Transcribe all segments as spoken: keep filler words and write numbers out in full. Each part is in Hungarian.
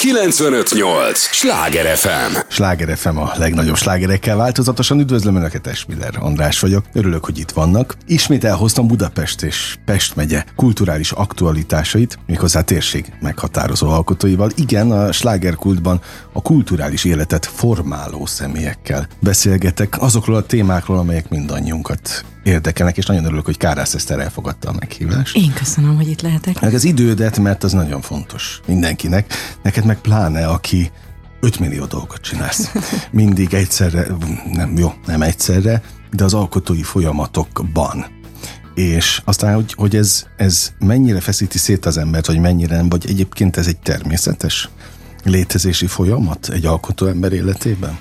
kilencvenöt nyolc Sláger ef em. Sláger ef em a legnagyobb slágerekkel változatosan. Üdvözlöm Önöket, Esmiller András vagyok. Örülök, hogy itt vannak. Ismét elhoztam Budapest és Pest megye kulturális aktualitásait, méghozzá térség meghatározó alkotóival. Igen, a slágerkultban a kulturális életet formáló személyekkel beszélgetek azokról a témákról, amelyek mindannyiunkat érdekelnek, és nagyon örülök, hogy Kárász Eszter elfogadta a meghívást. Én köszönöm, hogy itt lehetek. Meg az idődet, mert az nagyon fontos mindenkinek. Neked meg pláne, aki öt millió dolgot csinálsz. Mindig egyszerre, nem jó, nem egyszerre, de az alkotói folyamatokban. És aztán, hogy, hogy ez, ez mennyire feszíti szét az embert, vagy mennyire nem, vagy egyébként ez egy természetes létezési folyamat egy alkotó ember életében?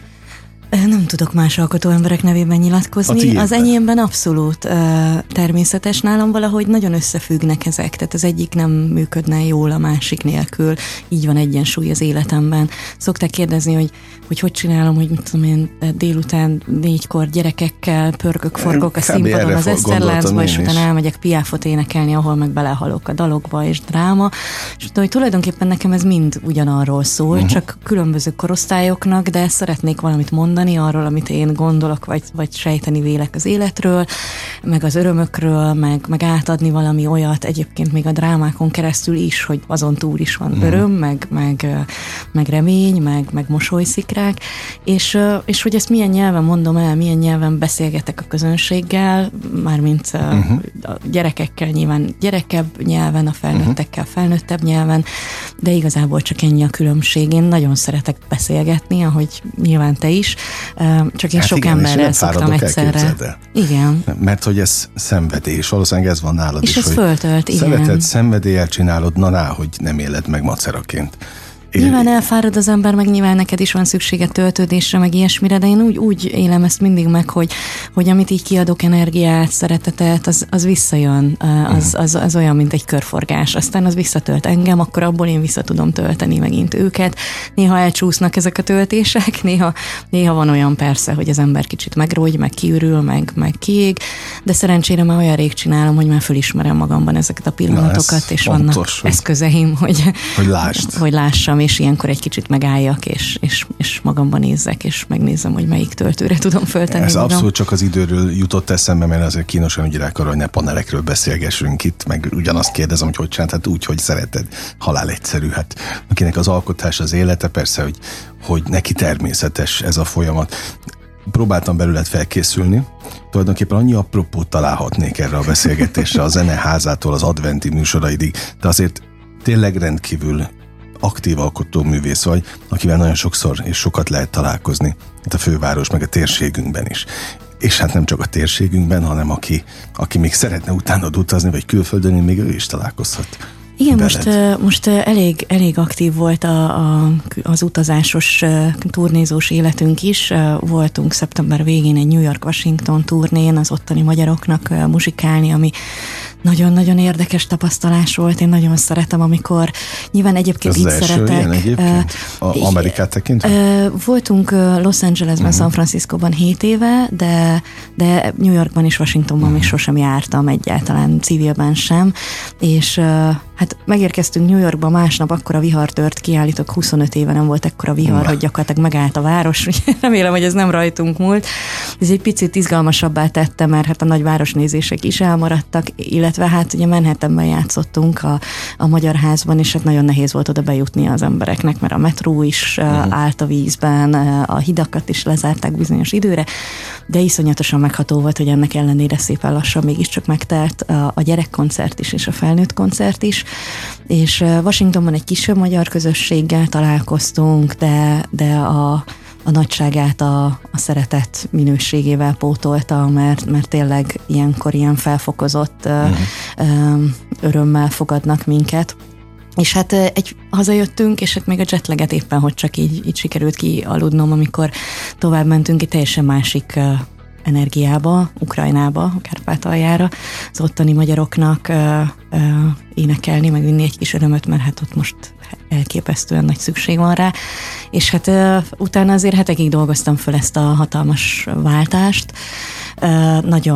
Nem tudok más alkotó emberek nevében nyilatkozni. Az enyémben abszolút uh, természetes, nálam valahogy nagyon összefüggnek ezek, tehát az egyik nem működne jól a másik nélkül, így van egyensúly az életemben. Szokták kérdezni, hogy hogy, hogy csinálom, hogy mit tudom én, délután négykor gyerekekkel pörgök, forgok a színpadon az Eszterláncba, és utána elmegyek Piafot énekelni, ahol meg belehalok a dalokba és dráma, és tudom, hogy tulajdonképpen nekem ez mind ugyanarról szól, uh-huh. csak különböző korosztályoknak, de szeretnék valamit mondani arról, amit én gondolok, vagy, vagy sejteni vélek az életről, meg az örömökről, meg, meg átadni valami olyat, egyébként még a drámákon keresztül is, hogy azon túl is van mm. öröm, meg, meg, meg remény, meg, meg mosolyszikrák, és, és hogy ezt milyen nyelven mondom el, milyen nyelven beszélgetek a közönséggel, mármint uh-huh. a gyerekekkel nyilván gyerekebb nyelven, a felnőttekkel felnőttebb nyelven, de igazából csak ennyi a különbség. Én nagyon szeretek beszélgetni, ahogy nyilván te is, csak én hát sok igen, emberrel szoktam egyszerre. Igen. Mert hogy ez szenvedély, és valószínűleg ez van nálad és is. És ez föltölt, igen. Szereted, szenvedéllyel csinálod, na ná, hogy nem éled meg maceraként. Nyilván elfárad az ember, meg nyilván neked is van szükséged töltődésre, meg ilyesmire, de én úgy, úgy élem ezt mindig meg, hogy, hogy amit így kiadok energiát, szeretetet, az, az visszajön, az, az, az olyan, mint egy körforgás. Aztán az visszatölt engem, akkor abból én vissza tudom tölteni megint őket. Néha elcsúsznak ezek a töltések, néha, néha van olyan persze, hogy az ember kicsit megrógy, meg kiürül, meg, meg kiég, de szerencsére már olyan rég csinálom, hogy már fölismerem magamban ezeket a pillanatokat, és fontos, vannak hogy, eszközeim, hogy, hogy, lásd. hogy lássam, és ilyenkor egy kicsit megálljak, és, és, és magamban nézzek, és megnézem, hogy melyik töltőre tudom föltenni. Ez magam. Abszolút csak az időről jutott eszembe, mert azért kínosan ügyelek arra, hogy ne panelekről beszélgessünk itt, meg ugyanazt kérdezem, hogy hogy csinált, hát úgy, hogy szereted. Halál egyszerű, hát akinek az alkotás az élete, persze, hogy, hogy neki természetes ez a folyamat. Próbáltam belőled felkészülni, tulajdonképpen annyi apropót találhatnék erre a beszélgetésre, a zeneházától az adventi műsoraidig, de azért tényleg rendkívül aktív alkotó művész vagy, akivel nagyon sokszor és sokat lehet találkozni itt a főváros, meg a térségünkben is. És hát nem csak a térségünkben, hanem aki, aki még szeretne utánad utazni, vagy külföldön, még ő is találkozhat. Igen, most, most elég, elég aktív volt a, a, az utazásos, turnézós életünk is. Voltunk szeptember végén egy New York-Washington turnén, az ottani magyaroknak muzsikálni, ami nagyon-nagyon érdekes tapasztalás volt. Én nagyon szeretem, amikor nyilván egyébként ez így az első szeretek. Ilyen egyébként? A Amerikát tekintve? Voltunk Los Angelesben, uh-huh. San Franciscóban hét éve, de, de New Yorkban és Washingtonban uh-huh. még sosem jártam egyáltalán, civilben sem, és hát megérkeztünk New Yorkba, másnap akkora vihar tört ki, állítok huszonöt éve nem volt ekkora vihar, uh-huh. hogy gyakorlatilag megállt a város. Remélem, hogy ez nem rajtunk múlt. Ez egy picit izgalmasabbá tette, mert hát a nagy városnézések is elmaradtak, illetve hát ugye Manhattanben játszottunk a, a Magyar Házban, és hát nagyon nehéz volt oda bejutni az embereknek, mert a metró is uh-huh. állt a vízben, a hidakat is lezárták bizonyos időre, de iszonyatosan megható volt, hogy ennek ellenére szépen lassan mégiscsak megtelt a, a gyerekkoncert is, és a felnőtt koncert is, és Washingtonban egy kisebb magyar közösséggel találkoztunk, de, de a, a nagyságát a, a szeretet minőségével pótolta, mert, mert tényleg ilyenkor ilyen felfokozott uh-huh. örömmel fogadnak minket. És hát egy hazajöttünk, és hát még a jetlaget éppen, hogy csak így, így sikerült kialudnom, amikor tovább mentünk egy teljesen másik energiába, Ukrajnába, a Kárpátaljára, az ottani magyaroknak ö, ö, énekelni, meg vinni egy kis örömöt, mert hát ott most elképesztően nagy szükség van rá. És hát ö, utána azért hetekig dolgoztam föl ezt a hatalmas váltást. Ö, nagyon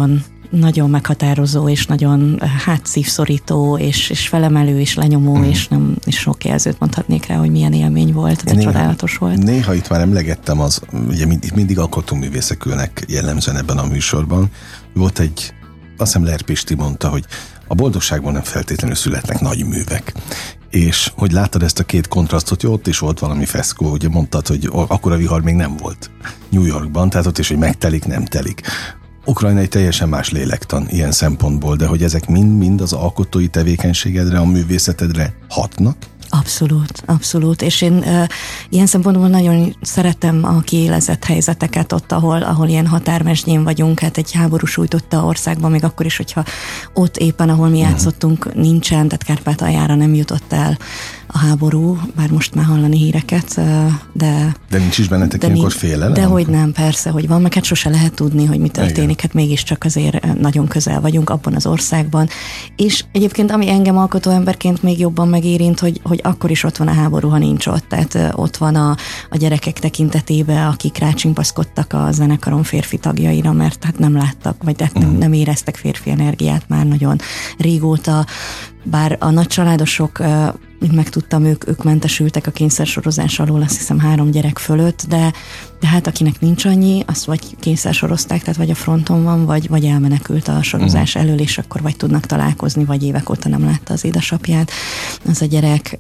nagyon meghatározó, és nagyon hát szívszorító, és, és felemelő, és lenyomó, mm. és, nem, és sok jelzőt mondhatnék rá, hogy milyen élmény volt, de néha, csodálatos volt. Néha itt már emlegettem, az, ugye mindig, mindig alkotóművészek ülnek jellemzően ebben a műsorban. Volt egy, azt hiszem Ler Pisti mondta, hogy a boldogságban nem feltétlenül születnek nagy művek. És hogy láttad ezt a két kontrasztot, jó, ott is volt valami feszkó, ugye mondtad, hogy akkora vihar még nem volt New Yorkban, tehát ott is, hogy megtelik, nem telik. Ukrajna egy teljesen más lélektan ilyen szempontból, de hogy ezek mind-mind az alkotói tevékenységedre, a művészetedre hatnak? Abszolút, abszolút, és én uh, ilyen szempontból nagyon szeretem a kiélezett helyzeteket ott, ahol, ahol ilyen határmesdjén vagyunk, hát egy háború sújtotta országban, még akkor is, hogyha ott éppen, ahol mi játszottunk, uh-huh. nincsen, tehát Kárpátaljára nem jutott el a háború, bár most már hallani híreket, de... De nincs is bennetek ilyenkor félelem? De hogy nem, persze, hogy van, meg hát sose lehet tudni, hogy mi történik, igen. Hát mégiscsak azért nagyon közel vagyunk abban az országban. És egyébként, ami engem alkotó emberként még jobban megérint, hogy, hogy akkor is ott van a háború, ha nincs ott. Tehát ott van a, a gyerekek tekintetében, akik rácsimpaszkodtak a zenekaron férfi tagjaira, mert hát nem láttak, vagy hát nem, nem éreztek férfi energiát már nagyon régóta. Bár a nagy családosok, mint megtudtam, ők, ők mentesültek a kényszersorozás alól, azt hiszem három gyerek fölött, de, de hát akinek nincs annyi, azt vagy kényszersorozták, tehát vagy a fronton van, vagy, vagy elmenekült a sorozás uh-huh. elől, és akkor vagy tudnak találkozni, vagy évek óta nem látta az édesapját. Az a gyerek...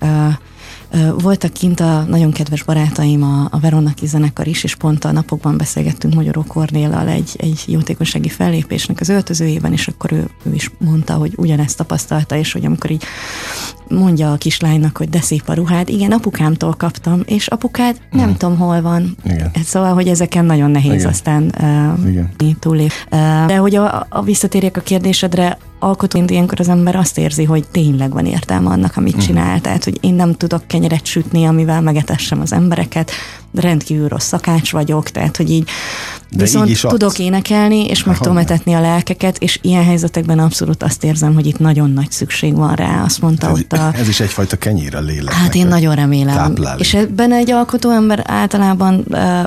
Voltak kint a nagyon kedves barátaim, a, a Veronaki zenekar is, és pont a napokban beszélgettünk Magyaró Kornéllal egy, egy jótékonysági fellépésnek az öltözőjében, és akkor ő, ő is mondta, hogy ugyanezt tapasztalta, és hogy amikor így mondja a kislánynak, hogy de szép a ruhád, igen, apukámtól kaptam, és apukád nem mm. tudom, hol van. Igen. Szóval, hogy ezeken nagyon nehéz igen. aztán uh, túllép. Uh, de hogy a, a visszatérjek a kérdésedre, alkotóként ilyenkor az ember azt érzi, hogy tényleg van értelme annak, amit csinál. Tehát, hogy én nem tudok kenyeret sütni, amivel megetessem az embereket, rendkívül rossz szakács vagyok, tehát, hogy így de viszont így tudok énekelni, és meg tudom etetni a lelkeket, és ilyen helyzetekben abszolút azt érzem, hogy itt nagyon nagy szükség van rá. Azt mondta ez, ott a... Ez is egyfajta kenyér a léleknek. Hát én nagyon remélem. Táplálni. És ebben egy alkotó ember általában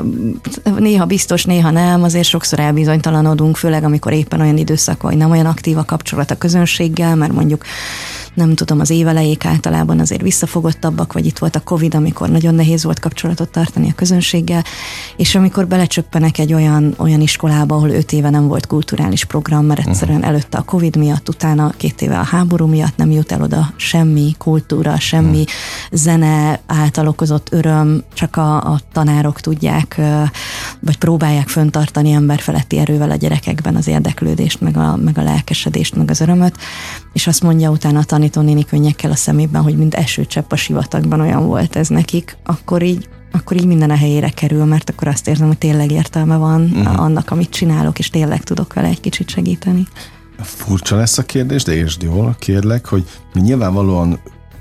néha biztos, néha nem, azért sokszor elbizonytalanodunk, főleg amikor éppen olyan időszak, hogy nem olyan aktív a kapcsolat a közönséggel, mert mondjuk nem tudom, az évelejék általában azért visszafogottabbak, vagy itt volt a Covid, amikor nagyon nehéz volt kapcsolatot tartani a közönséggel, és amikor belecsöppenek egy olyan, olyan iskolába, ahol öt éve nem volt kulturális program, mert egyszerűen előtte a Covid miatt, utána két éve a háború miatt nem jut el oda semmi kultúra, semmi zene által okozott öröm, csak a, a tanárok tudják, vagy próbálják föntartani emberfeletti erővel a gyerekekben az érdeklődést, meg a, meg a lelkesedést, meg az örömöt, és azt mondja utána a tanítónéni könnyekkel a szemében, hogy mint esőcsepp a sivatagban olyan volt ez nekik, akkor így, akkor így minden a helyére kerül, mert akkor azt érzem, hogy tényleg értelme van uh-huh. annak, amit csinálok, és tényleg tudok vele egy kicsit segíteni. Furcsa lesz a kérdés, de értsd jól, kérlek, hogy nyilvánvalóan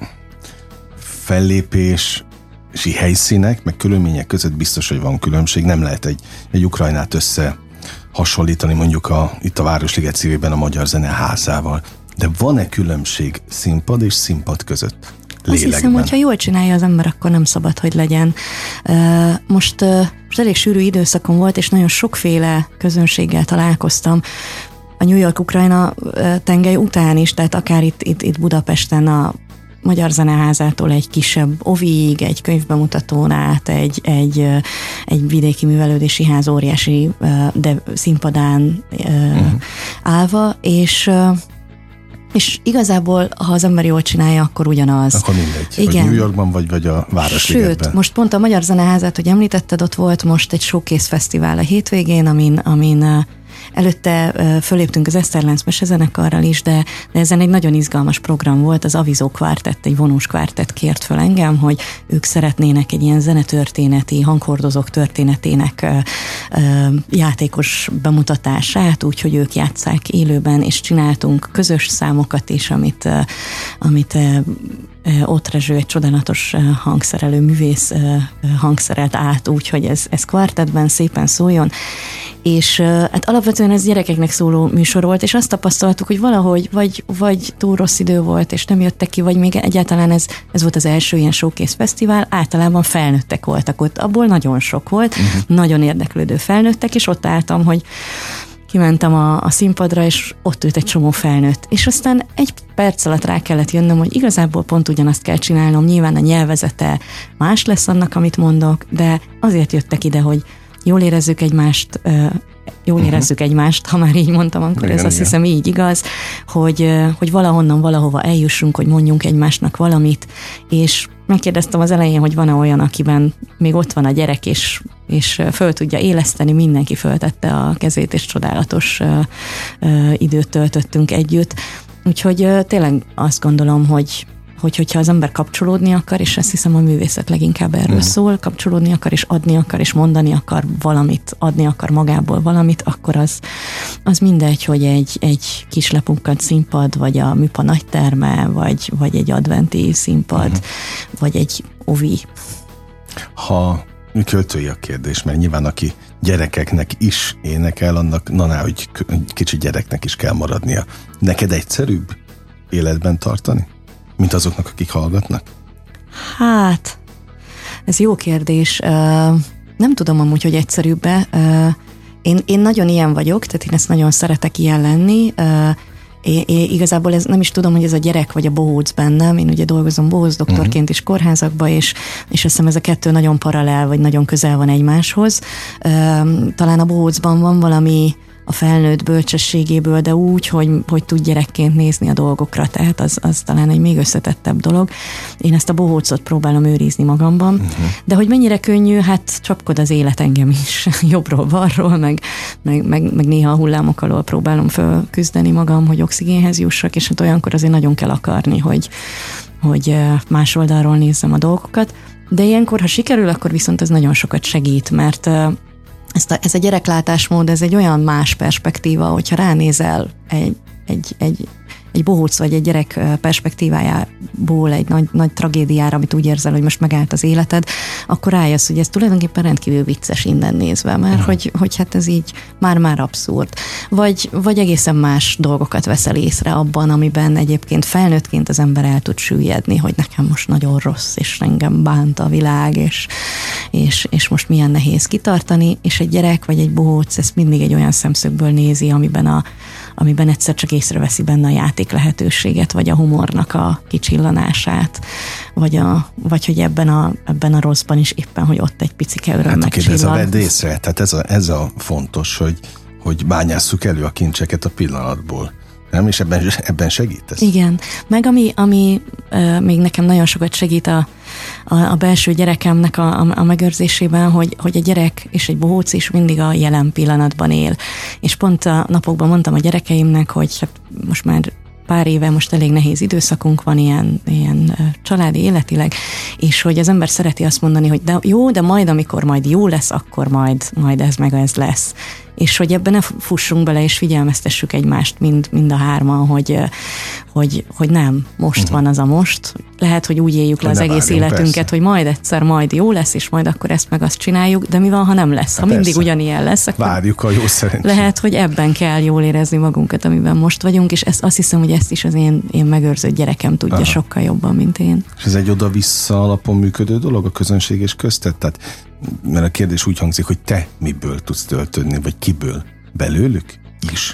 fellépés és helyszínek, meg körülmények között biztos, hogy van különbség, nem lehet egy, egy Ukrajnát össze hasonlítani mondjuk a, itt a Városliget szívében a Magyar Zeneházával. De van-e különbség színpad és színpad között? Lélekben? Azt hiszem, hogyha jól csinálja az ember, akkor nem szabad, hogy legyen. Most, most elég sűrű időszakom volt, és nagyon sokféle közönséggel találkoztam. A New York-Ukrajna tengely után is, tehát akár itt, itt, itt Budapesten a Magyar Zeneházától egy kisebb oviig, egy könyvbemutatón át, egy, egy, egy vidéki művelődési ház óriási de színpadán uh-huh. állva, és és igazából, ha az ember jól csinálja, akkor ugyanaz. Akkor mindegy, igen. Hogy New Yorkban vagy, vagy a Városligetben. Sőt, most pont a Magyar Zeneházát, hogy említetted, ott volt most egy showcase fesztivál a hétvégén, amin, amin előtte föléptünk az Eszterlánc mesezenekarral is, de, de ezen egy nagyon izgalmas program volt, az Avizó Kvártett, egy vonós kvártett kért föl engem, hogy ők szeretnének egy ilyen zenetörténeti, hanghordozók történetének ö, ö, játékos bemutatását, úgyhogy ők játsszák élőben, és csináltunk közös számokat is, amit, ö, amit ö, Ott Rezső, egy csodálatos hangszerelő művész hangszerelt át úgy, hogy ez, ez kvartettben szépen szóljon, és hát alapvetően ez gyerekeknek szóló műsor volt, és azt tapasztaltuk, hogy valahogy vagy, vagy túl rossz idő volt, és nem jöttek ki, vagy még egyáltalán ez, ez volt az első ilyen showcase fesztivál, általában felnőttek voltak ott, abból nagyon sok volt, uh-huh. nagyon érdeklődő felnőttek, és ott álltam, hogy kimentem a, a színpadra, és ott ült egy csomó felnőtt. És aztán egy perc alatt rá kellett jönnöm, hogy igazából pont ugyanazt kell csinálnom, nyilván a nyelvezete más lesz annak, amit mondok, de azért jöttek ide, hogy jól érezzük egymást, jól érezzük uh-huh. egymást, ha már így mondtam, akkor igen, ez azt igen. hiszem így igaz, hogy, hogy valahonnan valahova eljussunk, hogy mondjunk egymásnak valamit, és megkérdeztem az elején, hogy van-e olyan, akiben még ott van a gyerek, és, és föl tudja éleszteni, mindenki föltette a kezét, és csodálatos uh, uh, időt töltöttünk együtt. Úgyhogy uh, tényleg azt gondolom, hogy hogy hogyha az ember kapcsolódni akar, és ezt hiszem a művészet leginkább erről mm. szól, kapcsolódni akar, és adni akar, és mondani akar valamit, adni akar magából valamit, akkor az, az mindegy, hogy egy, egy kis lepukkant színpad, vagy a műpa nagyterme, vagy, vagy egy adventi színpad, mm. vagy egy ovi. Ha költői a kérdés, mert nyilván aki gyerekeknek is énekel, annak na, hogy kicsi gyereknek is kell maradnia. Neked egyszerűbb életben tartani, mint azoknak, akik hallgatnak? Hát, ez jó kérdés. Nem tudom amúgy, hogy egyszerűbbe. Én, én nagyon ilyen vagyok, tehát én ezt nagyon szeretek ilyen lenni. É, é, igazából ez, nem is tudom, hogy ez a gyerek vagy a bohóc bennem. Én ugye dolgozom bohóc doktorként uh-huh. is kórházakba, és, és azt hiszem ez a kettő nagyon paralel, vagy nagyon közel van egymáshoz. Talán a bohócban van valami a felnőtt bölcsességéből, de úgy, hogy, hogy tud gyerekként nézni a dolgokra, tehát az, az talán egy még összetettebb dolog. Én ezt a bohócot próbálom őrizni magamban, uh-huh. de hogy mennyire könnyű, hát csapkod az élet engem is, jobbról, balról, meg, meg, meg, meg néha a hullámok alól próbálom fölküzdeni magam, hogy oxigénhez jussak, és hát olyankor azért nagyon kell akarni, hogy, hogy más oldalról nézzem a dolgokat, de ilyenkor, ha sikerül, akkor viszont ez nagyon sokat segít, mert Ezt a, ez a gyereklátásmód, ez egy olyan más perspektíva, hogyha ránézel egy, egy, egy, egy bohóc vagy egy gyerek perspektívájából egy nagy, nagy tragédiára, amit úgy érzel, hogy most megállt az életed, akkor rájössz, hogy ez tulajdonképpen rendkívül vicces innen nézve, mert hogy, hogy hát ez így már-már abszurd. Vagy, vagy egészen más dolgokat veszel észre abban, amiben egyébként felnőttként az ember el tud süllyedni, hogy nekem most nagyon rossz, és engem bánt a világ, és, és, és most milyen nehéz kitartani, és egy gyerek vagy egy bohóc ezt mindig egy olyan szemszögből nézi, amiben a amiben egyszer csak észreveszi benne a játék lehetőséget, vagy a humornak a kicsillanását, vagy, a, vagy hogy ebben a, ebben a rosszban is éppen, hogy ott egy picike öröm hát, megcsillan. Ez a vedd észre, tehát ez a, ez a fontos, hogy, hogy bányásszuk elő a kincseket a pillanatból. Nem? És ebben, ebben segítesz? Igen. Meg ami, ami uh, még nekem nagyon sokat segít a, a, a belső gyerekemnek a, a, a megőrzésében, hogy, hogy a gyerek és egy bohóc is mindig a jelen pillanatban él. És pont a napokban mondtam a gyerekeimnek, hogy most már pár éve most elég nehéz időszakunk van ilyen, ilyen családi életileg, és hogy az ember szereti azt mondani, hogy de jó, de majd amikor majd jó lesz, akkor majd, majd ez meg ez lesz. És hogy ebben ne fussunk bele, és figyelmeztessük egymást mind, mind a hárman, hogy, hogy, hogy nem, most uh-huh. van az a most. Lehet, hogy úgy éljük le az egész várjunk, életünket, persze. hogy majd egyszer majd jó lesz, és majd akkor ezt meg azt csináljuk, de mi van, ha nem lesz? Ha persze. mindig ugyanilyen lesz, akkor várjuk a jó szerencsét. Lehet, hogy ebben kell jól érezni magunkat, amiben most vagyunk, és ezt, azt hiszem, hogy ezt is az én, én megőrzött gyerekem tudja Aha. sokkal jobban, mint én. És ez egy oda-vissza alapon működő dolog a közönség és köztet? Tehát, mert a kérdés úgy hangzik, hogy te miből tudsz töltődni, vagy kiből? Belőlük is?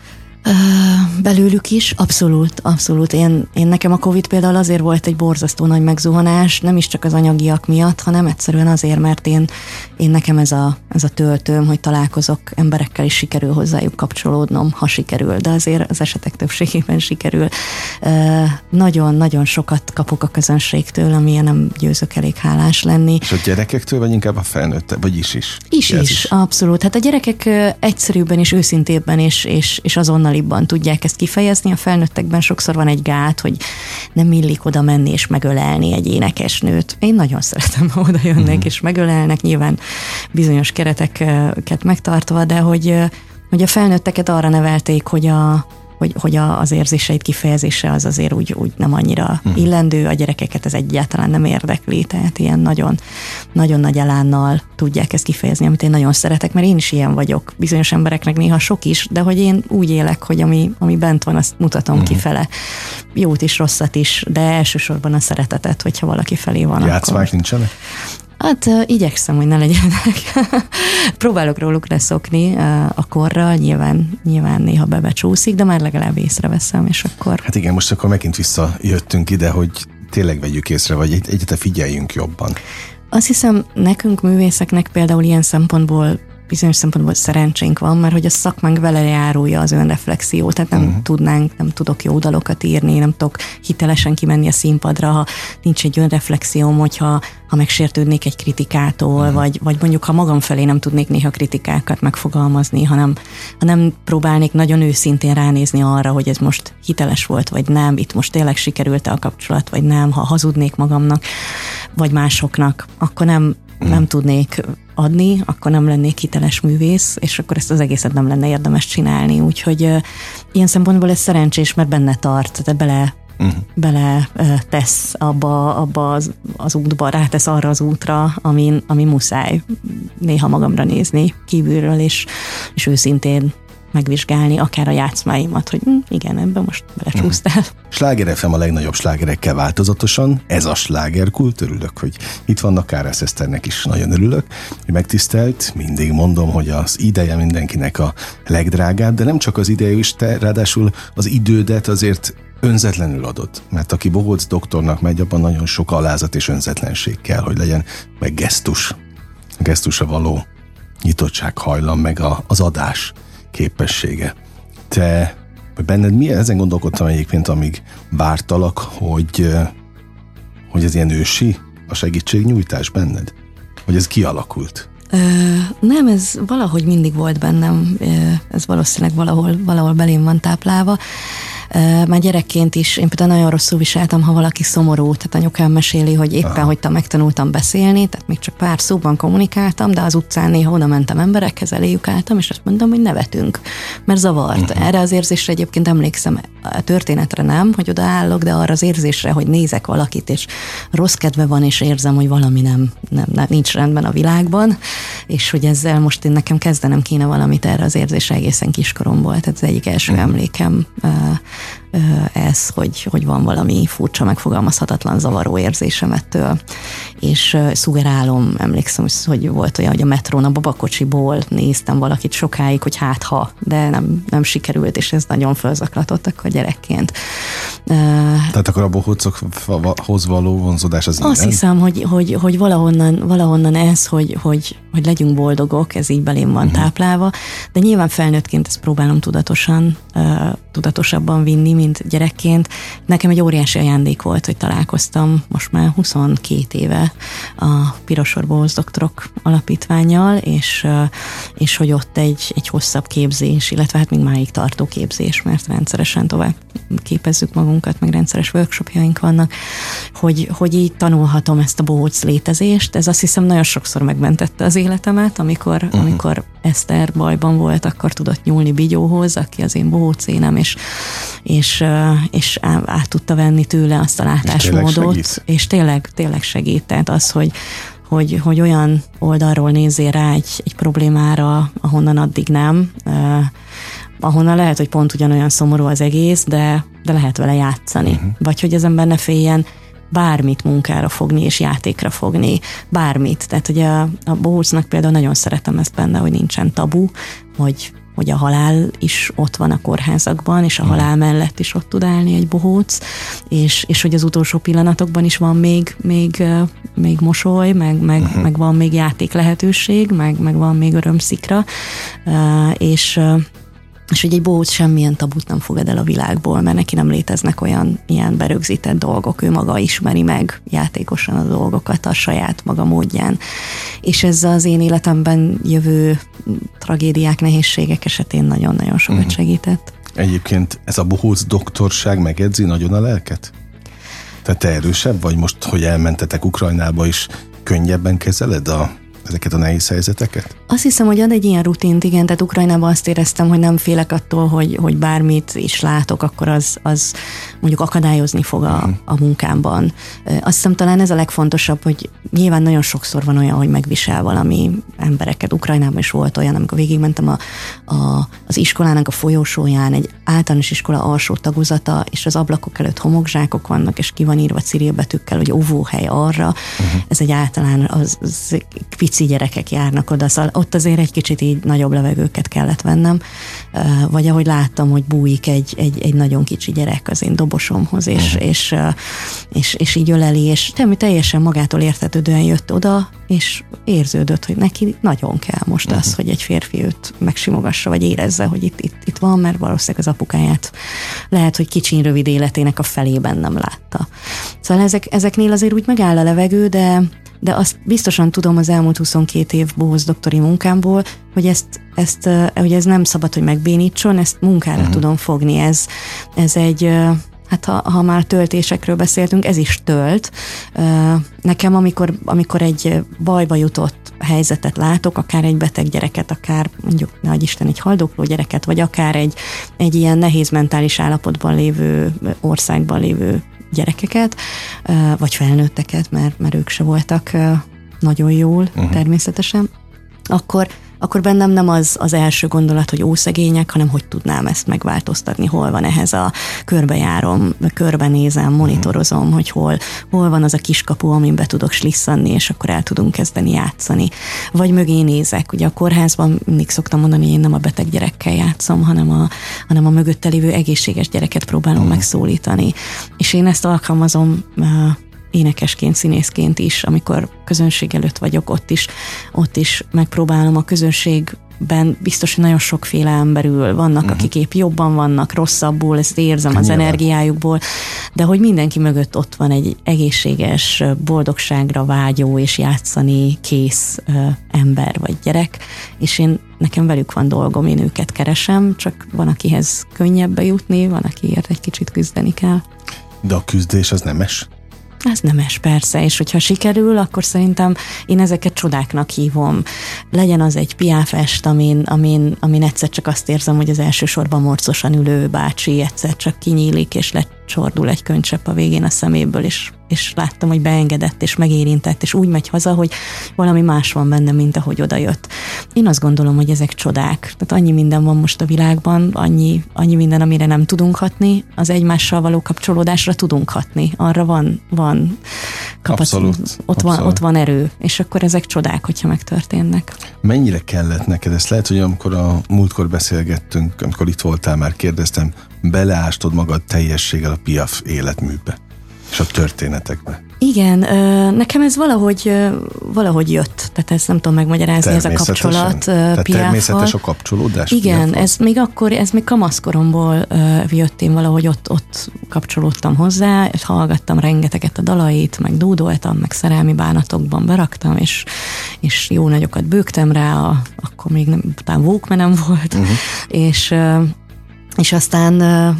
Belőlük is, abszolút, abszolút. Én, én nekem a Covid például azért volt egy borzasztó nagy megzuhanás, nem is csak az anyagiak miatt, hanem egyszerűen azért, mert én, én nekem ez a, ez a töltőm, hogy találkozok emberekkel, és sikerül hozzájuk kapcsolódnom, ha sikerül, de azért az esetek többségében sikerül. Nagyon-nagyon sokat kapok a közönségtől, amilyen nem győzök elég hálás lenni. És a gyerekektől, vagy inkább a felnőtt, vagy is is? Is, is, is, abszolút. Hát a gyerekek egyszerűbben és őszintébben és, és, és azonnal tudják ezt kifejezni, a felnőttekben sokszor van egy gát, hogy nem illik oda menni és megölelni egy énekesnőt. Én nagyon szeretem, ha oda jönnek mm-hmm. és megölelnek, nyilván bizonyos kereteket megtartva, de hogy, hogy a felnőtteket arra nevelték, hogy a hogy, hogy a, az érzéseit kifejezése az azért úgy, úgy nem annyira uh-huh. illendő, a gyerekeket ez egyáltalán nem érdekli, tehát ilyen nagyon, nagyon nagy elánnal tudják ezt kifejezni, amit én nagyon szeretek, mert én is ilyen vagyok. Bizonyos embereknek néha sok is, de hogy én úgy élek, hogy ami, ami bent van, azt mutatom uh-huh. kifele. Jót is, rosszat is, de elsősorban a szeretetet, hogyha valaki felé van. Játszmák akkor... nincsenek? Hát uh, igyekszem, hogy ne legyenek. Próbálok róluk leszokni uh, a korral, nyilván, nyilván néha bebecsúszik, de már legalább észreveszem, és akkor... Hát igen, most akkor megint visszajöttünk ide, hogy tényleg vegyük észre, vagy egy, egyet figyeljünk jobban. Azt hiszem, nekünk művészeknek például ilyen szempontból bizonyos szempontból szerencsénk van, mert hogy a szakmánk vele járulja az önreflexió, tehát nem uh-huh. tudnánk, nem tudok jó dalokat írni, nem tudok hitelesen kimenni a színpadra, ha nincs egy önreflexióm, hogyha ha megsértődnék egy kritikától, uh-huh. vagy, vagy mondjuk ha magam felé nem tudnék néha kritikákat megfogalmazni, hanem ha nem próbálnék nagyon őszintén ránézni arra, hogy ez most hiteles volt, vagy nem, itt most tényleg sikerült-e a kapcsolat, vagy nem, ha hazudnék magamnak, vagy másoknak, akkor nem nem hmm. tudnék adni, akkor nem lennék hiteles művész, és akkor ezt az egészet nem lenne érdemes csinálni. Úgyhogy uh, ilyen szempontból ez szerencsés, mert benne tart, tehát bele, uh-huh. bele uh, tesz abba, abba az, az útba, rátesz arra az útra, amin, ami muszáj néha magamra nézni kívülről, és, és őszintén megvizsgálni akár a játszmáimat, hogy hm, igen, ebben most belecsúsztál. Uh-huh. Sláger ef em a legnagyobb slágerekkel változatosan, ez a slágerkult, örülök, hogy itt vannak, Kárász Eszternek is nagyon örülök, hogy megtisztelt, mindig mondom, hogy az ideje mindenkinek a legdrágább, de nem csak az ideje is, te ráadásul az idődet azért önzetlenül adott, mert aki bohóc doktornak megy, abban nagyon sok alázat és önzetlenség kell, hogy legyen, meg gesztus, a gesztusra való nyitottság, hajlam, meg a, az adás képessége. Te, benned mi, ezen gondolkodtam egyébként, amíg vártalak, hogy, hogy ez ilyen ősi a segítségnyújtás benned? Hogy ez kialakult? Ö, nem, ez valahogy mindig volt bennem, ez valószínűleg valahol, valahol belém van táplálva. Már gyerekként is, én például nagyon rosszul viseltem, ha valaki szomorú, tehát anyukám meséli, hogy éppen, Aha. hogy megtanultam beszélni, tehát még csak pár szóban kommunikáltam, de az utcán néha oda mentem emberekhez, eléjük álltam, és azt mondtam, hogy nevetünk, mert zavart. Uh-huh. Erre az érzésre egyébként emlékszem, a történetre nem, hogy odaállok, de arra az érzésre, hogy nézek valakit, és rossz kedve van, és érzem, hogy valami nem, nem, nem nincs rendben a világban, és hogy ezzel most én nekem kezdenem kéne valamit erre az érzésre egészen kiskoromból, tehát az egyik első uh-huh. emlékem ez, hogy, hogy van valami furcsa, megfogalmazhatatlan zavaró érzésem ettől. És szugerálom, emlékszem, hogy volt olyan, hogy a metrón, a babakocsiból néztem valakit sokáig, hogy hát ha, de nem, nem sikerült, és ez nagyon fölzaklatott akkor gyerekként. Tehát akkor a bohócokhoz való vonzódás az Azt minden? Hiszem, hogy, hogy, hogy valahonnan, valahonnan ez, hogy, hogy, hogy legyünk boldogok, ez így belém van uh-huh. táplálva, de nyilván felnőttként ezt próbálom tudatosan, uh, tudatosabban vinni, mint gyerekként. Nekem egy óriási ajándék volt, hogy találkoztam most már huszonkét éve a Piroshor Bohóc Doktorok Alapítvánnyal, és, és hogy ott egy, egy hosszabb képzés, illetve hát még máig tartó képzés, mert rendszeresen tovább képezzük magunkat, meg rendszeres workshopjaink vannak, hogy, hogy így tanulhatom ezt a bohóc létezést. Ez azt hiszem nagyon sokszor megmentette az életemet, amikor, uh-huh. amikor Eszter bajban volt, akkor tudott nyúlni Bigyóhoz, aki az én bohóc énem, és, és, és át tudta venni tőle azt a látásmódot. És, és tényleg, tényleg segít. Tehát az, hogy, hogy, hogy olyan oldalról nézzél rá egy, egy problémára, ahonnan addig nem, eh, ahonnan lehet, hogy pont ugyanolyan szomorú az egész, de, de lehet vele játszani. Uh-huh. Vagy hogy az ember ne féljen bármit munkára fogni és játékra fogni, bármit. Tehát ugye a, a bohócnak például nagyon szeretem ezt benne, hogy nincsen tabu, hogy, hogy a halál is ott van a kórházakban, és a uh-huh. halál mellett is ott tud állni egy bohóc, és, és hogy az utolsó pillanatokban is van még, még, még mosoly, meg, meg, uh-huh. meg van még játék lehetőség, meg, meg van még örömszikra, és és hogy egy bohóc semmilyen tabut nem fogad el a világból, mert neki nem léteznek olyan ilyen berögzített dolgok, ő maga ismeri meg játékosan a dolgokat a saját maga módján. És ez az én életemben jövő tragédiák, nehézségek esetén nagyon-nagyon sokat uh-huh. segített. Egyébként ez a bohóc doktorság megedzi nagyon a lelket? Tehát te erősebb vagy most, hogy elmentetek Ukrajnába is, könnyebben kezeled a ezeket a nehéz helyzeteket? Azt hiszem, hogy ad egy ilyen rutint, igen, tehát Ukrajnában azt éreztem, hogy nem félek attól, hogy, hogy bármit is látok, akkor az, az mondjuk akadályozni fog a, a munkámban. Azt hiszem, talán ez a legfontosabb, hogy nyilván nagyon sokszor van olyan, hogy megvisel valami embereket. Ukrajnában is volt olyan, amikor végigmentem a, a, az iskolának a folyósóján, egy általános iskola alsó tagozata, és az ablakok előtt homokzsákok vannak, és ki van írva cirilbetűkkel, hogy óvóhely arra. Uh-huh. Ez egy általán, az, az pici gyerekek járnak oda, szóval ott azért egy kicsit így nagyobb levegőket kellett vennem, vagy ahogy láttam, hogy bújik egy, egy, egy nagyon kicsi gyerek az én dobosomhoz, és, uh-huh. és, és, és így öleli, és teljesen magától értetődően jött oda, és érződött, hogy neki nagyon kell most uh-huh. az, hogy egy férfi őt megsimogassa, vagy érezze, hogy itt, itt, itt van, mert valószínűleg az apukáját lehet, hogy kicsin rövid életének a felében nem látta. Szóval ezek, ezeknél azért úgy megáll a levegő, de de azt biztosan tudom az elmúlt huszonkét év bohóc doktori munkámból, hogy ezt, ezt hogy ez nem szabad, hogy megbénítson, ezt munkára uh-huh. tudom fogni. Ez, ez egy, hát ha, ha már töltésekről beszéltünk, ez is tölt. Nekem, amikor, amikor egy bajba jutott helyzetet látok, akár egy beteg gyereket, akár mondjuk, nagy Isten, egy haldokló gyereket, vagy akár egy, egy ilyen nehéz mentális állapotban lévő, országban lévő gyerekeket, vagy felnőtteket, mert, mert ők se voltak nagyon jól, uh-huh. természetesen, akkor, akkor bennem nem az az első gondolat, hogy ó, szegények, hanem hogy tudnám ezt megváltoztatni, hol van ehhez a körbejárom, körbenézem, monitorozom, uh-huh. hogy hol, hol van az a kiskapu, amin be tudok slisszanni, és akkor el tudunk kezdeni játszani. Vagy mögé nézek, ugye a kórházban mindig szoktam mondani, hogy én nem a beteg gyerekkel játszom, hanem a, hanem a mögötte lévő egészséges gyereket próbálom uh-huh. megszólítani. És én ezt alkalmazom énekesként, színészként is, amikor közönség előtt vagyok, ott is, ott is megpróbálom a közönségben, biztos, hogy nagyon sokféle ember ül, vannak, uh-huh. akik épp jobban vannak, rosszabbul, ezt érzem Könyilván. Az energiájukból, de hogy mindenki mögött ott van egy egészséges, boldogságra vágyó és játszani kész uh, ember vagy gyerek, és én nekem velük van dolgom, én őket keresem, csak van, akihez könnyebb bejutni, van, akiért egy kicsit küzdeni kell. De a küzdés az nemes? Ez nemes, persze, és hogyha sikerül, akkor szerintem én ezeket csodáknak hívom. Legyen az egy piáfest, amin, amin, amin egyszer csak azt érzem, hogy az elsősorban morcosan ülő bácsi egyszer csak kinyílik, és lecsordul egy könycsepp a végén a szeméből, és, és láttam, hogy beengedett, és megérintett, és úgy megy haza, hogy valami más van benne, mint ahogy odajött. Én azt gondolom, hogy ezek csodák. Tehát annyi minden van most a világban, annyi, annyi minden, amire nem tudunk hatni, az egymással való kapcsolódásra tudunk hatni. Arra van, van kapacitás. Ott, abszolút. Van, ott van erő, és akkor ezek csodák, hogyha megtörténnek. Mennyire kellett neked? Ezt lehet, hogy amikor a múltkor beszélgettünk, amikor itt voltál, már kérdeztem, beleástod magad teljességgel a Piaf életműbe és a történetekbe. Igen, nekem ez valahogy, valahogy jött, tehát ezt nem tudom megmagyarázni, ez a kapcsolat Tehát természetes a kapcsolódás? Igen, Piaf-val? ez még akkor, ez még kamaszkoromból jött, én valahogy ott, ott kapcsolódtam hozzá, és hallgattam rengeteget a dalait, meg dúdoltam, meg szerelmi bánatokban beraktam, és, és jó nagyokat bőgtem rá, a, akkor még nem, talán Walkmanem volt, uh-huh. és és aztán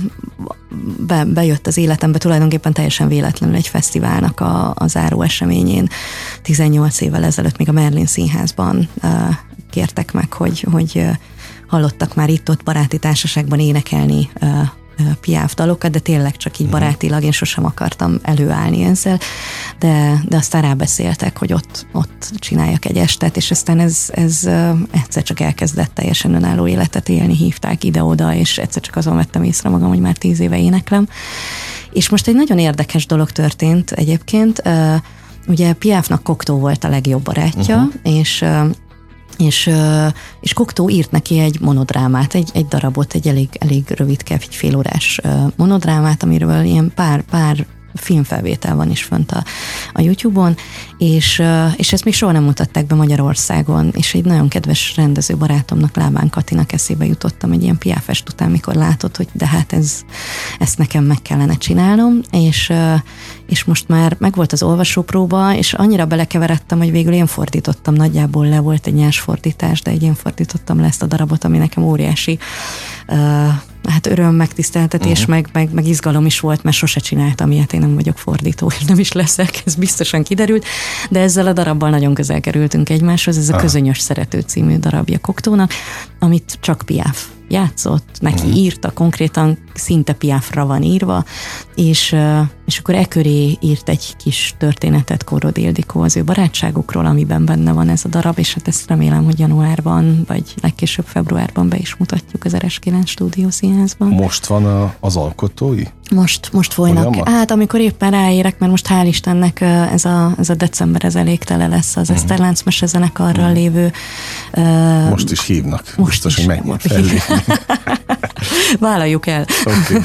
be, bejött az életembe tulajdonképpen teljesen véletlenül egy fesztiválnak a, a záró eseményén. tizennyolc évvel ezelőtt még a Merlin Színházban kértek meg, hogy, hogy hallottak már itt-ott baráti társaságban énekelni Piaf dalokat, de tényleg csak így barátilag, én sosem akartam előállni ezzel, de, de aztán rábeszéltek, hogy ott, ott csináljak egy estet, és aztán ez, ez egyszer csak elkezdett teljesen önálló életet élni, hívták ide-oda, és egyszer csak azon vettem észre magam, hogy már tíz éve éneklem. És most egy nagyon érdekes dolog történt egyébként, ugye Piafnak Cocteau volt a legjobb barátja, uh-huh. és És, és Cocteau írt neki egy monodrámát, egy, egy darabot, egy elég, elég rövidke, egy félórás monodrámát, amiről ilyen pár, pár filmfelvétel van is fönt a, a YouTube-on, és, és ezt még soha nem mutatták be Magyarországon, és egy nagyon kedves rendező barátomnak, Lábán Katinak eszébe jutottam egy ilyen Piaf-est után, mikor látott, hogy de hát ez, ezt nekem meg kellene csinálnom, és, és most már megvolt az olvasópróba, és annyira belekeveredtem, hogy végül én fordítottam, nagyjából le volt egy nyers fordítás, de egy én fordítottam le ezt a darabot, ami nekem óriási uh, hát öröm, megtiszteltetés, uh-huh. meg, meg, meg izgalom is volt, mert sose csináltam ilyet, én nem vagyok fordító, és nem is leszek, ez biztosan kiderült, de ezzel a darabbal nagyon közel kerültünk egymáshoz, ez a Közönyös Szerető című darabja Cocteaunak, amit csak Piaf játszott, neki uh-huh. írta, konkrétan szinte Piafra van írva, és, és akkor e köré írt egy kis történetet Korrod Ildikó az ő barátságukról, amiben benne van ez a darab, és hát ezt remélem, hogy januárban, vagy legkésőbb februárban be is mutatjuk az er es kilenc Stúdiószínházban. Most van a, az alkotói? Most, most folynak. Folyamat? Hát amikor éppen ráérek, mert most hál' Istennek ez a, ez a december, ez elég tele lesz az uh-huh. Eszterlánc mesezenekarral uh-huh. lévő. Uh, most is hívnak. Most biztos, is. Hogy menjél fellépni. Vállaljuk el. Okay.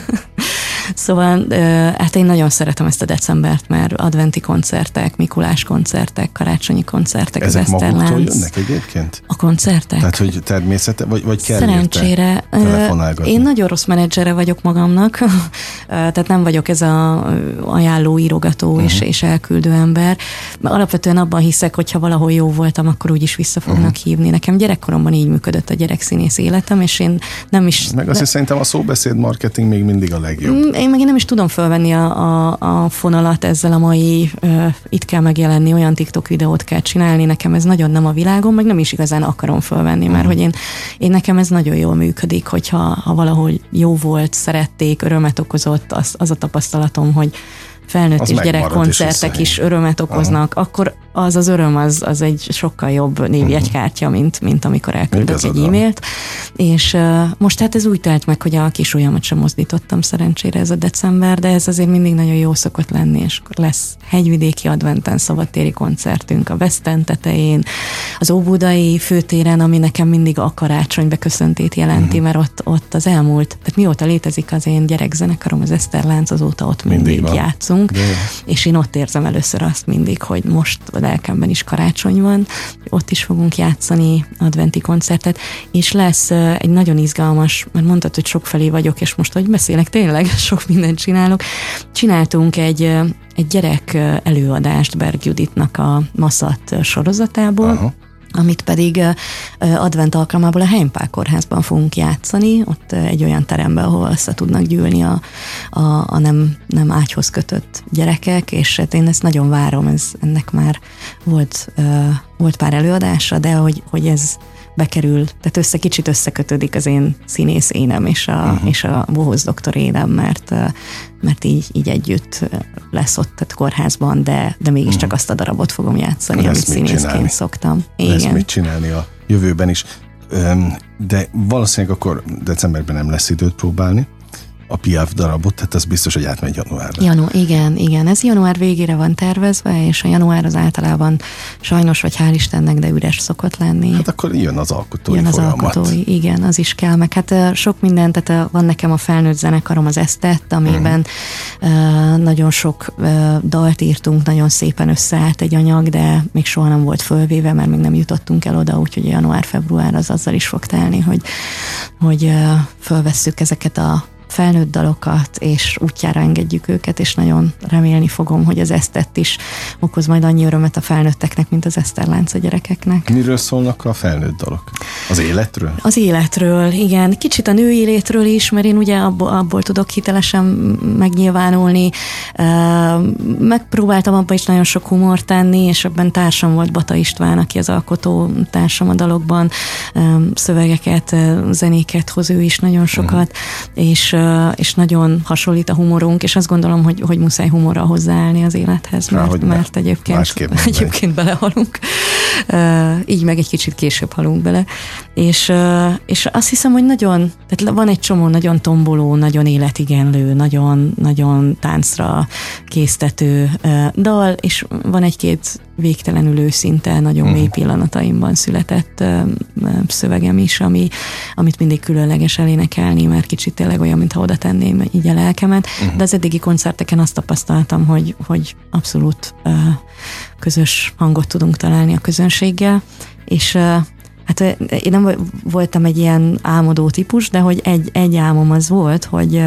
Szóval hát én nagyon szeretem ezt a decembert, mert adventi koncertek, Mikulás koncertek, karácsonyi koncertek. Ezek az Eszterlánc. maguktól jönnek egyébként? A koncertek? Tehát, hogy természete, vagy, vagy kell Szerencsére. Telefonálgatni? Én nagyon rossz menedzsere vagyok magamnak, tehát nem vagyok ez a ajánló, írogató uh-huh. és, és elküldő ember. Alapvetően abban hiszek, hogy ha valahol jó voltam, akkor úgyis vissza fognak uh-huh. hívni. Nekem gyerekkoromban így működött a gyerekszínész életem, és én nem is... Meg azt de... szerintem a szóbeszéd marketing még mindig a legjobb. Én meg én nem is tudom fölvenni a, a, a fonalat ezzel a mai uh, itt kell megjelenni, olyan TikTok videót kell csinálni, nekem ez nagyon nem a világom, meg nem is igazán akarom fölvenni, mert hogy én, én nekem ez nagyon jól működik, hogyha ha valahol jó volt, szerették, örömet okozott, az, az a tapasztalatom, hogy felnőtt az és gyerekkoncertek is örömet okoznak, aha. akkor az az öröm az, az egy sokkal jobb névjegykártya, mint, mint amikor elküldök egy e-mailt. És uh, most hát ez úgy telt meg, hogy a kis ujjamat sem mozdítottam szerencsére ez a december, de ez azért mindig nagyon jó szokott lenni, és akkor lesz hegyvidéki adventen szabadtéri koncertünk a West End tetején, az Óbudai főtéren, ami nekem mindig a karácsony beköszöntét jelenti, uh-huh. mert ott, ott az elmúlt, tehát mióta létezik az én gyerekzenekarom, az Eszterlánc, azóta ott mindig, mindig játszunk, de... és én ott érzem először azt mindig, hogy most a lelkemben is karácsony van, ott is fogunk játszani adventi koncertet, és lesz egy nagyon izgalmas, mert mondtad, hogy sokfelé vagyok, és most, hogy beszélek, tényleg sok mindent csinálok. Csináltunk egy, egy gyerek előadást Berg Juditnak a Maszat sorozatából, aha. amit pedig advent alkalmából a Heimpál kórházban fogunk játszani, ott egy olyan teremben, ahol össze tudnak gyűlni a, a, a nem, nem ágyhoz kötött gyerekek, és hát én ezt nagyon várom, ez, ennek már volt, volt pár előadása, de hogy, hogy ez bekerül, tehát össze kicsit összekötődik az én színész énem és a, uh-huh. és a Bohóz doktor énem, mert, mert így, így együtt lesz ott a kórházban, de, de mégiscsak uh-huh. azt a darabot fogom játszani, lesz amit színészként csinálni. Szoktam. Lesz igen. mit csinálni a jövőben is. De valószínűleg akkor decemberben nem lesz időt próbálni a Piaf darabot, tehát az biztos, hogy átmegy januárra. Janu, igen, igen. Ez január végére van tervezve, és a január az általában sajnos, vagy hál' Istennek, de üres szokott lenni. Hát akkor jön az alkotói jön az folyamat. Alkotói, igen, az is kell. Meg hát sok minden, tehát van nekem a felnőtt zenekarom, az Esztett, amiben uh-huh. nagyon sok dalt írtunk, nagyon szépen összeállt egy anyag, de még soha nem volt fölvéve, mert még nem jutottunk el oda, úgyhogy január-február az azzal is fog telni, hogy, hogy fölvesszük ezeket a felnőtt dalokat, és útjára engedjük őket, és nagyon remélni fogom, hogy az Esztett is okoz majd annyi örömet a felnőtteknek, mint az Eszterlánc a gyerekeknek. Miről szólnak a felnőtt dalok? Az életről? Az életről, igen. Kicsit a női életről is, mert én ugye abból, abból tudok hitelesen megnyilvánulni. Megpróbáltam abban is nagyon sok humort tenni, és ebben társam volt Bata István, aki az alkotó társam a dalokban, szövegeket, zenéket hoz ő is nagyon sokat, uh-huh. és és nagyon hasonlít a humorunk, és azt gondolom, hogy, hogy muszáj humorral hozzáállni az élethez, mert, Rá, mert egyébként, egyébként belehalunk. Uh, így meg egy kicsit később halunk bele. És, uh, és azt hiszem, hogy nagyon, tehát van egy csomó nagyon tomboló, nagyon életigenlő, nagyon, nagyon táncra késztető uh, dal, és van egy-két végtelenül őszinte, nagyon uh-huh. mély pillanataimban született uh, szövegem is, ami, amit mindig különleges elénekelni, mert kicsit tényleg olyan, mintha oda tenném így a lelkemet. Uh-huh. De az eddigi koncerteken azt tapasztaltam, hogy, hogy abszolút uh, közös hangot tudunk találni a közönséggel, és uh, hát én nem voltam egy ilyen álmodó típus, de hogy egy, egy álmom az volt, hogy uh,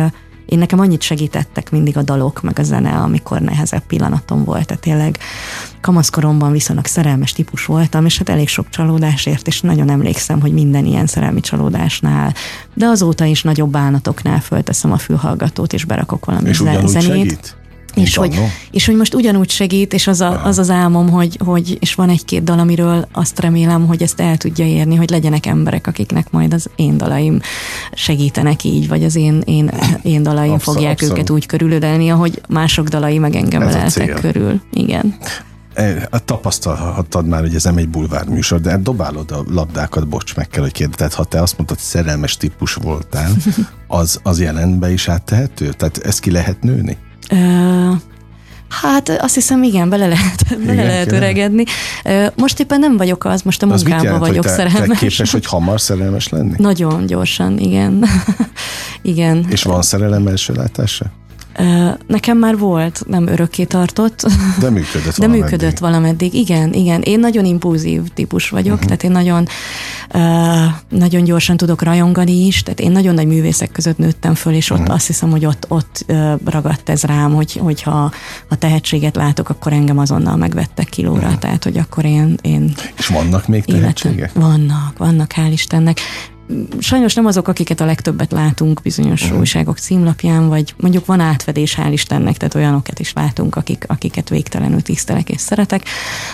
én nekem annyit segítettek mindig a dalok, meg a zene, amikor nehezebb pillanatom volt, tehát tényleg kamaszkoromban viszonylag szerelmes típus voltam, és hát elég sok csalódásért, és nagyon emlékszem, hogy minden ilyen szerelmi csalódásnál, de azóta is nagyobb bánatoknál fölteszem a fülhallgatót, és berakok valami és zenét. Segít? És hogy, és hogy most ugyanúgy segít, és az, a, az az álmom, hogy, hogy és van egy-két dal, amiről azt remélem, hogy ezt el tudja érni, hogy legyenek emberek, akiknek majd az én dalaim segítenek így, vagy az én, én, én dalaim abszolút, fogják abszolút. őket úgy körülölelni, ahogy mások dalai meg engem öleltek körül. Igen. Tapasztalhattad már, hogy ez nem egy bulvár műsor, de dobálod a labdákat, bocs, meg kell, hogy kérdez. Tehát ha te azt mondtad, szerelmes típus voltál, az, az jelenbe is áttehető? Tehát ezt ki lehet nőni? Uh, hát azt hiszem, igen, bele lehet, igen, bele lehet öregedni. Uh, most éppen nem vagyok az, most a munkámban vagyok te, szerelmes. Te képes, hogy hamar szerelmes lenni? Nagyon gyorsan, igen. igen. És van szerelem első látásra? Uh, nekem már volt, nem örökké tartott. De működött De működött valameddig, igen, igen. Én nagyon impulzív típus vagyok, uh-huh. tehát én nagyon, uh, nagyon gyorsan tudok rajongani is, tehát én nagyon nagy művészek között nőttem föl, és ott uh-huh. azt hiszem, hogy ott, ott uh, ragadt ez rám, hogy, hogyha ha tehetséget látok, akkor engem azonnal megvettek kilóra, uh-huh. tehát hogy akkor én... én és vannak még tehetségek? Életem. Vannak, vannak, hál' Istennek. Sajnos nem azok, akiket a legtöbbet látunk bizonyos uh-huh. újságok címlapján, vagy mondjuk van átfedés, hál' Istennek, tehát olyanokat is látunk, akik, akiket végtelenül tisztelek és szeretek.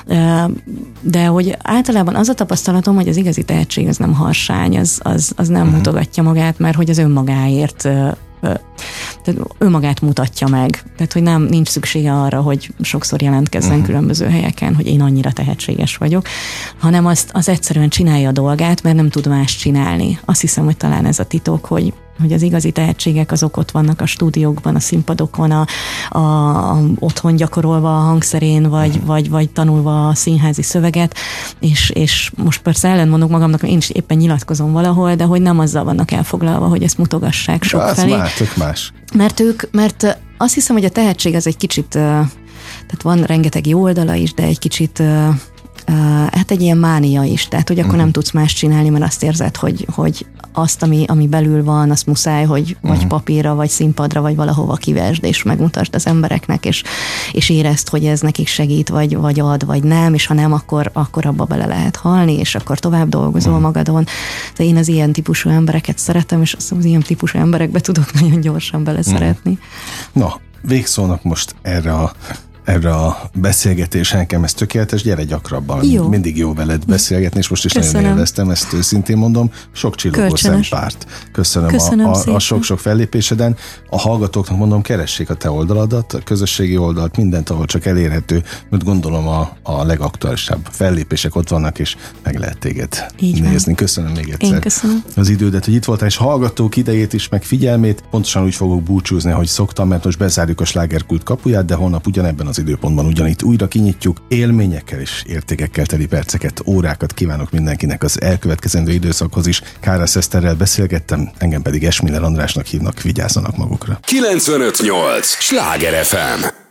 De hogy általában az a tapasztalatom, hogy az igazi tehetség az nem harsány, az, az, az nem uh-huh. mutogatja magát, mert hogy az önmagáért tehát önmagát mutatja meg. Tehát, hogy nem, nincs szüksége arra, hogy sokszor jelentkezzen uh-huh. különböző helyeken, hogy én annyira tehetséges vagyok, hanem azt, az egyszerűen csinálja a dolgát, mert nem tud más csinálni. Azt hiszem, hogy talán ez a titok, hogy hogy az igazi tehetségek azok ott vannak a stúdiókban, a színpadokon, a, a, a otthon gyakorolva a hangszerén, vagy, uh-huh. vagy, vagy tanulva a színházi szöveget, és, és most persze ellentmondok magamnak, én is éppen nyilatkozom valahol, de hogy nem azzal vannak elfoglalva, hogy ezt mutogassák sok de felé. Már tök más. Mert ők, mert azt hiszem, hogy a tehetség az egy kicsit, tehát van rengeteg jó oldala is, de egy kicsit Uh, hát egy ilyen mánia is, tehát hogy akkor uh-huh. nem tudsz más csinálni, mert azt érzed, hogy, hogy azt, ami, ami belül van, azt muszáj, hogy uh-huh. vagy papírra, vagy színpadra, vagy valahova kivesd, és megmutasd az embereknek, és, és érezd, hogy ez nekik segít, vagy, vagy ad, vagy nem, és ha nem, akkor, akkor abba bele lehet halni, és akkor tovább dolgozol uh-huh. magadon. De én az ilyen típusú embereket szeretem, és azt az ilyen típusú emberekbe tudok nagyon gyorsan beleszeretni. Uh-huh. Na, végszónak most erre a erre a beszélgetés, nekem ez tökéletes, gyere gyakrabban. Jó. Mindig jó veled beszélgetni, és most is Köszönöm. Nagyon élveztem, ezt őszintén mondom. Sok csillogó szempárt. Köszönöm, Köszönöm a, a, a sok-sok fellépéseden. A hallgatóknak mondom, keressék a te oldaladat, a közösségi oldalt, mindent, ahol csak elérhető, mert gondolom a, a legaktuálisabb fellépések ott vannak, és meg lehet téged Így nézni. Van. Köszönöm még egyszer Én köszönöm. az idődet, hogy itt voltál, és hallgatók idejét is, meg figyelmét. Pontosan úgy fogok búcsúzni, ahogy szoktam, mert most bezárjuk a Slágerkult kapuját, de holnap ugyanebben az időpontban ugyanitt újra kinyitjuk. Élményekkel és értékekkel teli perceket, órákat kívánok mindenkinek az elkövetkezendő időszakhoz is. Kárász Eszterrel beszélgettem, engem pedig Esmiller Andrásnak hívnak, vigyázzanak magukra. kilencvenöt nyolc Sláger ef em